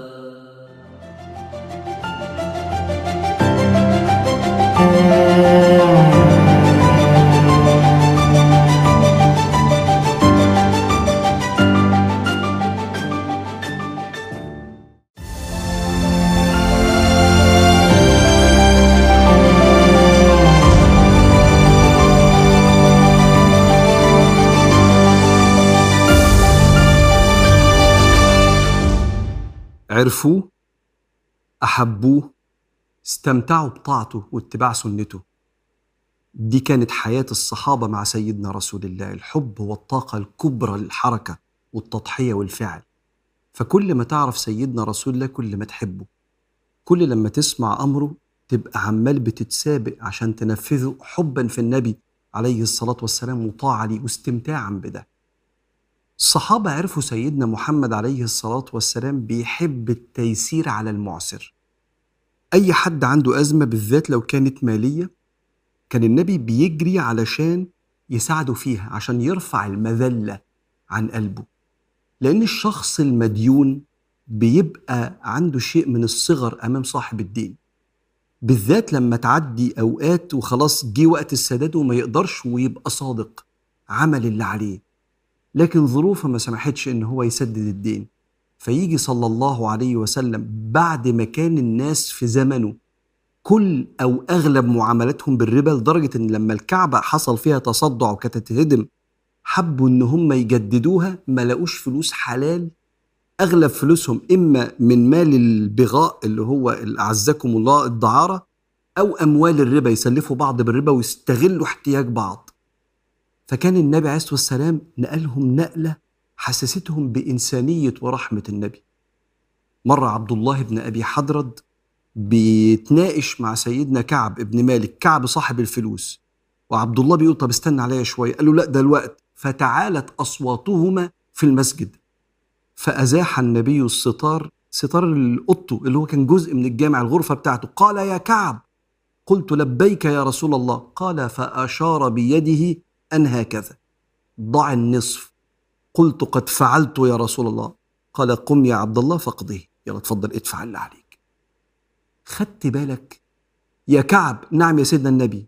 عرفوه، أحبوه، استمتعوا بطاعته واتباع سنته. دي كانت حياة الصحابة مع سيدنا رسول الله، الحب والطاقة الكبرى للحركة والتضحية والفعل. فكل ما تعرف سيدنا رسول الله كل ما تحبه، كل لما تسمع أمره تبقى عمال بتتسابق عشان تنفذه حبا في النبي عليه الصلاة والسلام وطاعة ليه واستمتاعا بده. الصحابة عرفوا سيدنا محمد عليه الصلاة والسلام بيحب التيسير على المعسر. أي حد عنده أزمة بالذات لو كانت مالية كان النبي بيجري علشان يساعده فيها، عشان يرفع المذلة عن قلبه. لأن الشخص المديون بيبقى عنده شيء من الصغر أمام صاحب الدين، بالذات لما تعدي أوقات وخلاص جه وقت السداد وما يقدرش ويبقى صادق عمل اللي عليه، لكن ظروفه ما سمحتش إن هو يسدد الدين، فيجي صلى الله عليه وسلم بعد ما كان الناس في زمنه كل أو أغلب معاملاتهم بالربا، لدرجة إن لما الكعبة حصل فيها تصدع وكانت تتهدم حبوا إن هم يجددوها، ما لقوش فلوس حلال. أغلب فلوسهم إما من مال البغاء اللي هو أعزكم الله الدعارة، أو أموال الربا، يسلفوا بعض بالربا ويستغلوا احتياج بعض. فكان النبي عليه الصلاة والسلام نقلهم نقلة حسستهم بإنسانية ورحمة النبي. مرة عبد الله بن أبي حضرد بيتناقش مع سيدنا كعب ابن مالك، كعب صاحب الفلوس، وعبد الله بيقول طب استنى عليا شوية، قال له لا ده الوقت، فتعالت أصواتهما في المسجد، فأزاح النبي الستار، ستار القط اللي هو كان جزء من الجامع الغرفة بتاعته، قال يا كعب، قلت لبيك يا رسول الله، قال فأشار بيده أن هكذا، ضع النصف، قلت قد فعلت يا رسول الله، قال قم يا عبد الله فاقضيه، يلا اتفضل ادفع اللي عليك. خدت بالك يا كعب؟ نعم يا سيدنا النبي.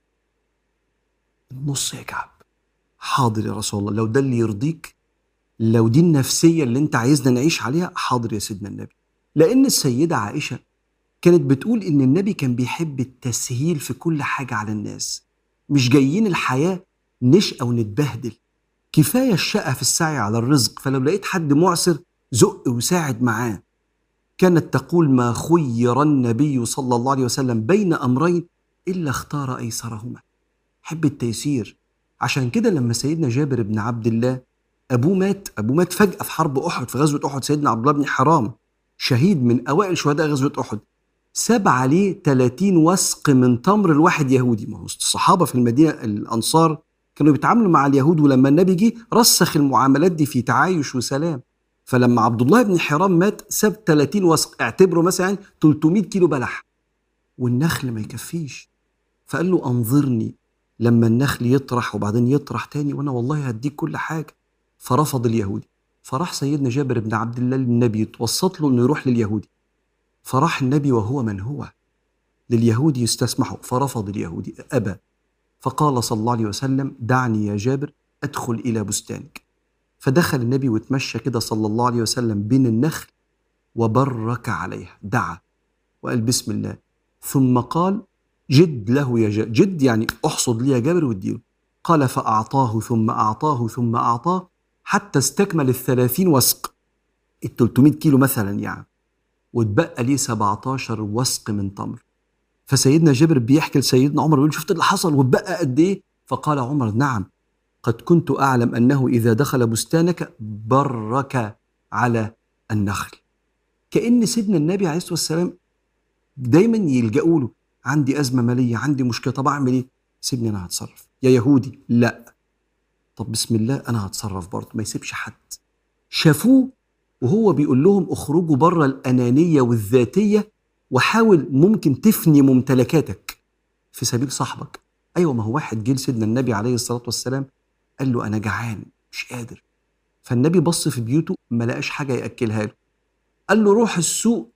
النص يا كعب، حاضر يا رسول الله، لو ده اللي يرضيك، لو دي النفسية اللي انت عايزنا نعيش عليها، حاضر يا سيدنا النبي. لأن السيدة عائشة كانت بتقول إن النبي كان بيحب التسهيل في كل حاجة على الناس، مش جايين الحياة نشقى ونتبهدل، كفاية الشقة في السعي على الرزق، فلو لقيت حد معسر زق وساعد معاه. كانت تقول ما خير النبي صلى الله عليه وسلم بين أمرين إلا اختار أيسرهما، حب التيسير. عشان كده لما سيدنا جابر بن عبد الله أبوه مات، أبوه مات فجأة في حرب أحد، في غزوة أحد، سيدنا عبد الله بن حرام شهيد من أوائل شهداء غزوة أحد، ساب عليه ثلاثين وسق من تمر الواحد يهودي. ما هو الصحابة في المدينة الأنصار كانوا بيتعاملوا مع اليهود، ولما النبي جه رسخ المعاملات دي في تعايش وسلام. فلما عبد الله بن حرام مات ساب ثلاثين وسق، اعتبروا مثلا ثلاثمائة كيلو بلح، والنخل ما يكفيش. فقال له أنظرني لما النخل يطرح وبعدين يطرح تاني وأنا والله هديك كل حاجة. فرفض اليهودي، فراح سيدنا جابر بن عبد الله للنبي يتوسط له إنه يروح لليهودي، فراح النبي وهو من هو لليهودي يستسمحه، فرفض اليهودي، أبى. فقال صلى الله عليه وسلم دعني يا جابر أدخل إلى بستانك. فدخل النبي وتمشى كده صلى الله عليه وسلم بين النخل وبرك عليها، دعا وقال بسم الله، ثم قال جد له يا جابر، جد يعني احصد لي يا جابر واديله. قال فأعطاه ثم أعطاه ثم أعطاه حتى استكمل الثلاثين وسق، الثلاثمائة كيلو مثلا يعني، واتبقى ليه سبعتاشر وسق من تمر. فسيدنا جابر بيحكي لسيدنا عمر بيقول شفت اللي حصل واتبقى قد ايه؟ فقال عمر نعم قد كنت أعلم أنه إذا دخل بستانك برك على النخل. كأن سيدنا النبي عليه الصلاة والسلام دايما يلجأوا له، عندي أزمة مالية، عندي مشكلة، طب أعمل إيه؟ سيبني أنا هتصرف. يا يهودي لا، طب بسم الله أنا هتصرف برضه، ما يسيبش حد. شافوه وهو بيقول لهم اخرجوا بره الأنانية والذاتية، وحاول ممكن تفني ممتلكاتك في سبيل صاحبك. أيوة، ما هو واحد جيل سيدنا النبي عليه الصلاة والسلام قال له أنا جعان مش قادر، فالنبي بص في بيوته ما لقاش حاجة يأكلها له، قال له روح السوق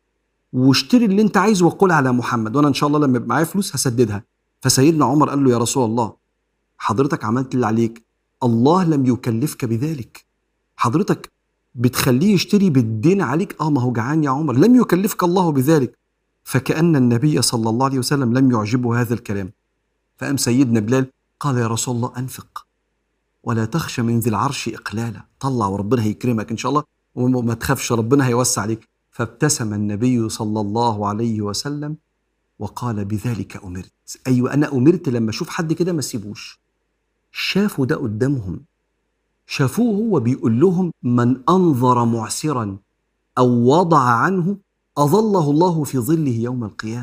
واشتري اللي انت عايزه وقول على محمد وانا ان شاء الله لما يبقى معايا فلوس هسددها. فسيدنا عمر قال له يا رسول الله حضرتك عملت اللي عليك، الله لم يكلفك بذلك، حضرتك بتخليه يشتري بالدين عليك. اه ما هو جعان يا عمر، لم يكلفك الله بذلك. فكأن النبي صلى الله عليه وسلم لم يعجبه هذا الكلام، فقام سيدنا بلال قال يا رسول الله أنفق ولا تخشى من ذي العرش إقلالا، طلع وربنا هيكرمك إن شاء الله وما تخافش ربنا هيوسع عليك. فابتسم النبي صلى الله عليه وسلم وقال بذلك أمرت، أيوة أنا أمرت لما أشوف حد كده ما سيبوش. شافوا ده قدامهم، شافوه هو بيقول لهم من أنظر معسرا أو وضع عنه أظله الله في ظله يوم القيامة.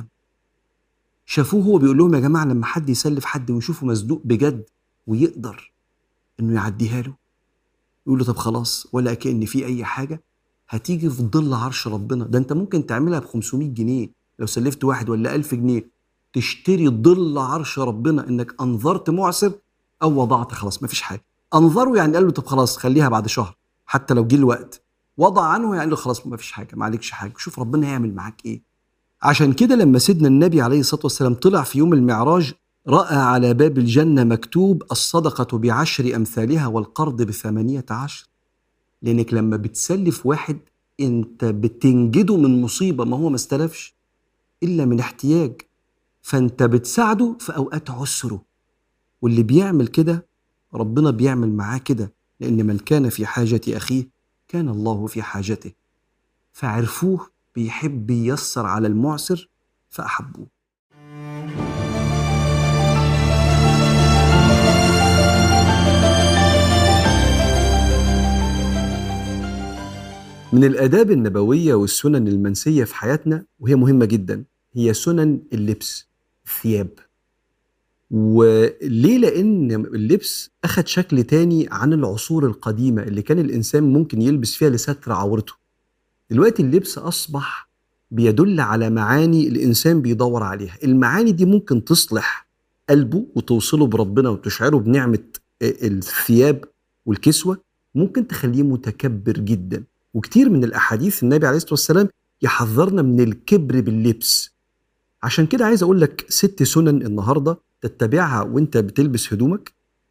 شافوه هو بيقول لهم يا جماعة لما حد يسلف حد ويشوفه مصدوق بجد ويقدر إنه يعديها له، يقول له طب خلاص ولا كأن في أي حاجة، هتيجي في ظل عرش ربنا. ده أنت ممكن تعملها بخمسمائة جنيه لو سلفت واحد ولا ألف جنيه، تشتري ظل عرش ربنا إنك أنظرت معسر أو وضعت، خلاص ما فيش حاجة. أنظره يعني قال له طب خلاص خليها بعد شهر حتى لو جه الوقت، وضع عنه يعني له خلاص ما فيش حاجة، ما عليكش حاجة، شوف ربنا هيعمل معاك إيه. عشان كده لما سيدنا النبي عليه الصلاة والسلام طلع في يوم المعراج رأى على باب الجنة مكتوب الصدقة بعشر أمثالها والقرض بثمانية عشر. لأنك لما بتسلف واحد انت بتنجده من مصيبة، ما هو ما استلفش إلا من احتياج، فانت بتساعده في أوقات عسره. واللي بيعمل كده ربنا بيعمل معاه كده، لأن من كان في حاجة أخيه كان الله في حاجته. فعرفوه بيحب ييسر على المعسر فأحبوه. من الآداب النبوية والسنن المنسية في حياتنا وهي مهمة جدا هي سنن اللبس، الثياب. وليه؟ لأن اللبس أخد شكل تاني عن العصور القديمة اللي كان الإنسان ممكن يلبس فيها لستر عورته. دلوقتي اللبس أصبح بيدل على معاني الإنسان بيدور عليها. المعاني دي ممكن تصلح قلبه وتوصله بربنا وتشعره بنعمة الثياب والكسوة، ممكن تخليه متكبر جدا. وكتير من الأحاديث النبي عليه الصلاة والسلام يحذرنا من الكبر باللبس. عشان كده عايز أقول لك ست سنن النهاردة تتبعها وانت بتلبس هدومك،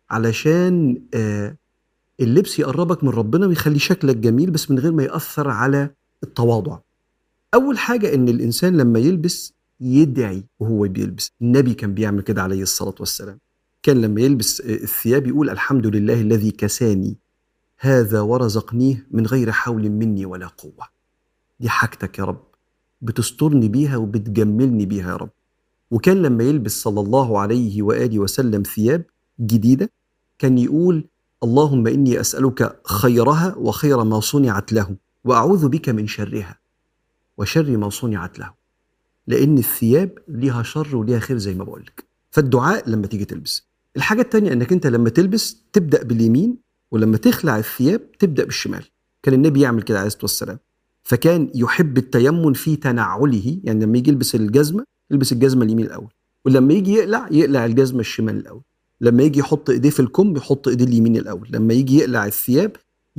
علشان آه اللبس يقربك من ربنا ويخلي شكلك جميل بس من غير ما يأثر على التواضع. أول حاجة إن الإنسان لما يلبس يدعي وهو بيلبس. النبي كان بيعمل كده عليه الصلاة والسلام. كان لما يلبس الثياب يقول الحمد لله الذي كساني هذا ورزقنيه من غير حول مني ولا قوة. دي حاجتك يا رب، بتسترني بيها وبتجملني بيها يا رب. وكان لما يلبس صلى الله عليه وآله وسلم ثياب جديدة كان يقول اللهم إني أسألك خيرها وخير ما صنعت له، وأعوذ بك من شرها وشر ما صنعت له. لأن الثياب ليها شر وليها خير زي ما بقولك. فالدعاء لما تيجي تلبس. الحاجة التانية أنك أنت لما تلبس تبدأ باليمين، ولما تخلع الثياب تبدأ بالشمال. كان النبي يعمل كده عليه الصلاة والسلام. فكان يحب التيمن في تنعله، يعني لما يجي يلبس الجزمة يلبس الجزمة اليمين الأول، ولما يجي يقلع يقلع الجزمة الشمال الأول. لما يجي يحط إيديه في الكم يحط إيديه اليمين الأول. لما يجي يقلع الثياب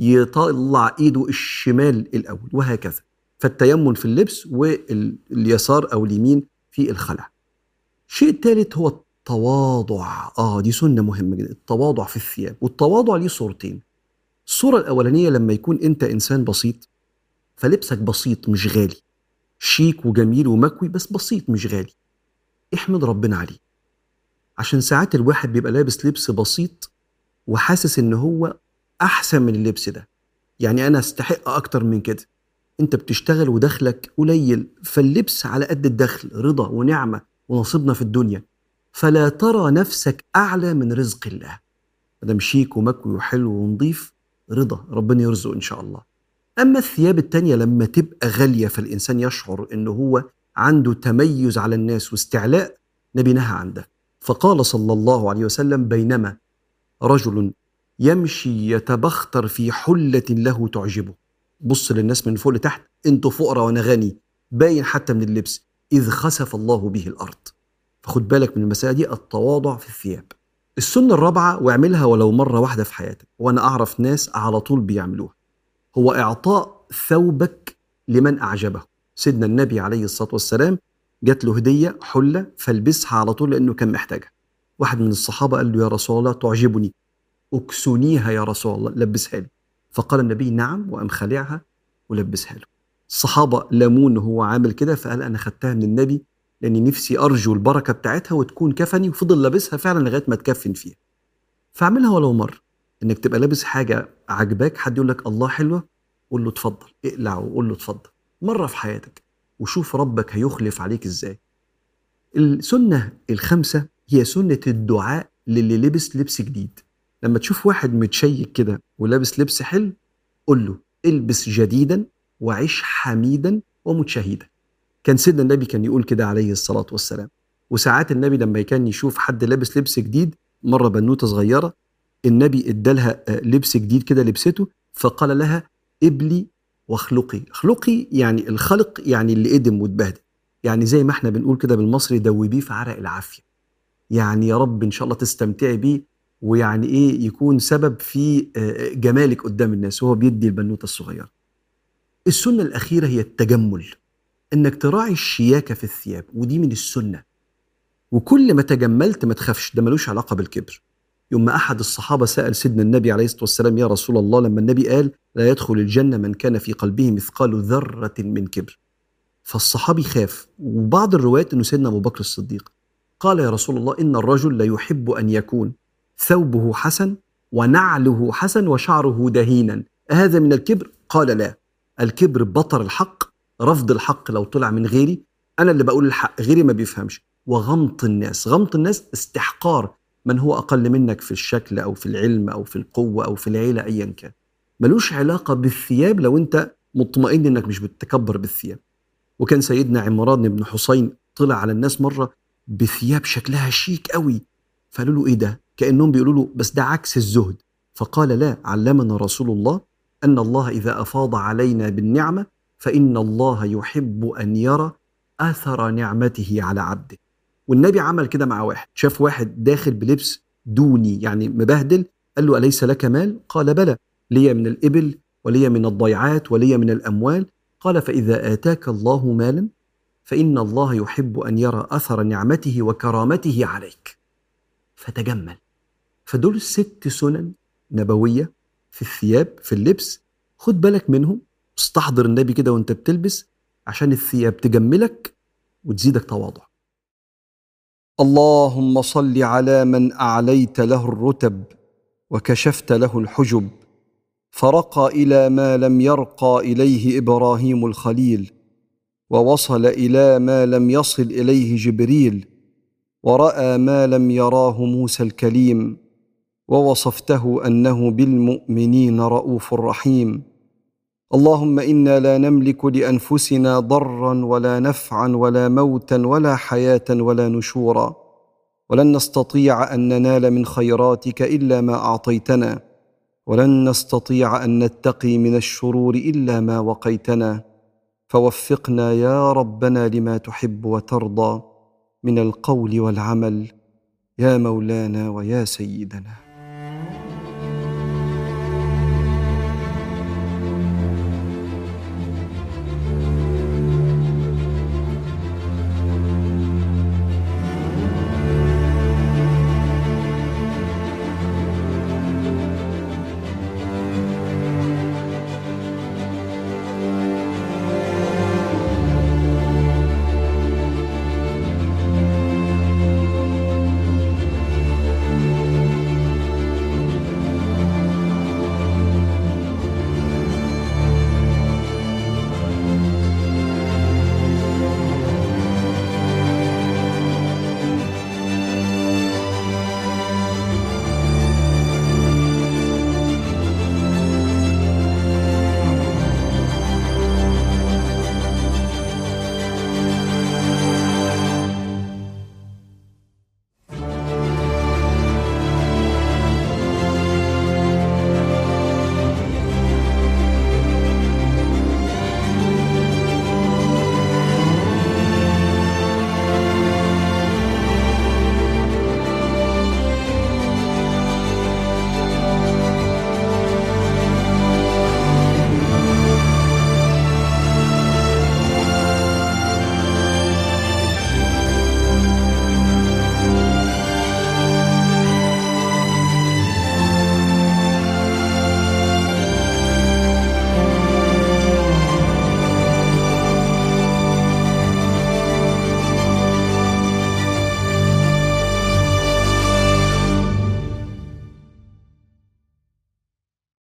يطلع إيده الشمال الأول، وهكذا. فالتيمن في اللبس واليسار أو اليمين في الخلع. شيء ثالث هو التواضع. آه دي سنة مهمة جدا، التواضع في الثياب. والتواضع ليه صورتين. الصورة الأولانية لما يكون أنت إنسان بسيط فلبسك بسيط مش غالي، شيك وجميل ومكوي بس بسيط مش غالي، احمد ربنا عليه. عشان ساعات الواحد بيبقى لابس لبس بسيط وحاسس إن هو أحسن من اللبس ده، يعني أنا استحق أكتر من كده. أنت بتشتغل ودخلك قليل، فاللبس على قد الدخل رضا ونعمة ونصيبنا في الدنيا. فلا ترى نفسك أعلى من رزق الله. مدام شيك ومكوي وحلو ونضيف رضا، ربنا يرزق إن شاء الله. أما الثياب التانية لما تبقى غالية فالإنسان يشعر إنه هو عنده تميز على الناس واستعلاء، نبي نهى عن ده. فقال صلى الله عليه وسلم بينما رجل يمشي يتبختر في حلة له تعجبه، بص للناس من فوق لتحت، انتوا فقراء وانا غني، باين حتى من اللبس، إذ خسف الله به الأرض. فخد بالك من المسألة دي، التواضع في الثياب. السنة الرابعة، واعملها ولو مرة واحدة في حياتك، وأنا أعرف ناس على طول بيعملوها، هو إعطاء ثوبك لمن أعجبه. سيدنا النبي عليه الصلاة والسلام جات له هدية حلة فالبسها على طول لأنه كان محتاجها. واحد من الصحابة قال له يا رسول الله تعجبني، أكسنيها يا رسول الله، لبسها لي. فقال النبي نعم، وأم خلعها ولبسها له. الصحابة لامون هو عامل كده، فقال أنا خدتها من النبي لأني نفسي أرجو البركة بتاعتها وتكون كفني، وفضل لابسها فعلا لغاية ما تكفن فيها. فاعملها ولو مرة، إنك تبقى لابس حاجة عجباك، حد يقول لك الله حلوة، قول له اتفضل، اقلع وقول له اتفضل مرة في حياتك، وشوف ربك هيخلف عليك إزاي. السنة الخامسة هي سنة الدعاء للي لبس لبس جديد. لما تشوف واحد متشيك كده ولابس لبس حلو، قل له البس جديدا وعيش حميدا ومتشهدا. كان سيدنا النبي كان يقول كده عليه الصلاة والسلام. وساعات النبي لما كان يشوف حد لابس لبس جديد، مرة بنوتة صغيرة النبي ادالها لبس جديد كده لبسته، فقال لها ابلي واخلقي. اخلقي يعني الخلق، يعني اللي قدم واتبهدل، يعني زي ما احنا بنقول كده بالمصري دوبيه في عرق العافية. يعني يا رب ان شاء الله تستمتعي بيه، ويعني ايه يكون سبب في جمالك قدام الناس وهو بيدي البنوتة الصغيرة. السنة الأخيرة هي التجمل، انك تراعي الشياكة في الثياب، ودي من السنة. وكل ما تجملت ما تخافش، ده ملوش علاقة بالكبر. يوم ما أحد الصحابة سأل سيدنا النبي عليه الصلاة والسلام: يا رسول الله، لما النبي قال لا يدخل الجنة من كان في قلبه مثقال ذرة من كبر، فالصحابي خاف، وبعض الروايات أنه سيدنا أبو بكر الصديق قال: يا رسول الله، إن الرجل لا يحب أن يكون ثوبه حسن ونعله حسن وشعره دهينا، أهذا من الكبر؟ قال: لا، الكبر بطر الحق، رفض الحق لو طلع من غيري، أنا اللي بقول الحق غيري ما بيفهمش، وغمط الناس. غمط الناس استحقار من هو أقل منك في الشكل أو في العلم أو في القوة أو في العيلة أيا كان. ملوش علاقة بالثياب لو أنت مطمئن أنك مش بتتكبر بالثياب. وكان سيدنا عمران بن حسين طلع على الناس مرة بثياب شكلها شيك قوي، فقالوا له: إيه ده؟ كأنهم بيقولوا له بس ده عكس الزهد. فقال: لا، علمنا رسول الله أن الله إذا أفاض علينا بالنعمة فإن الله يحب أن يرى أثر نعمته على عبده. والنبي عمل كده مع واحد، شاف واحد داخل بلبس دوني يعني مبهدل، قال له: أليس لك مال؟ قال: بلى، لي من الإبل ولي من الضيعات ولي من الأموال. قال: فإذا آتاك الله مالا فإن الله يحب أن يرى أثر نعمته وكرامته عليك، فتجمل. فدول الست سنن نبوية في الثياب، في اللبس، خد بالك منهم، استحضر النبي كده وانت بتلبس عشان الثياب تجملك وتزيدك تواضع. اللهم صل على من أعليت له الرتب وكشفت له الحجب، فرقى إلى ما لم يرقى إليه إبراهيم الخليل، ووصل إلى ما لم يصل إليه جبريل، ورأى ما لم يراه موسى الكليم، ووصفته أنه بالمؤمنين رؤوف رحيم. اللهم إنا لا نملك لأنفسنا ضرا ولا نفعا ولا موتا ولا حياة ولا نشورا، ولن نستطيع أن ننال من خيراتك إلا ما أعطيتنا، ولن نستطيع أن نتقي من الشرور إلا ما وقيتنا، فوفقنا يا ربنا لما تحب وترضى من القول والعمل، يا مولانا ويا سيدنا.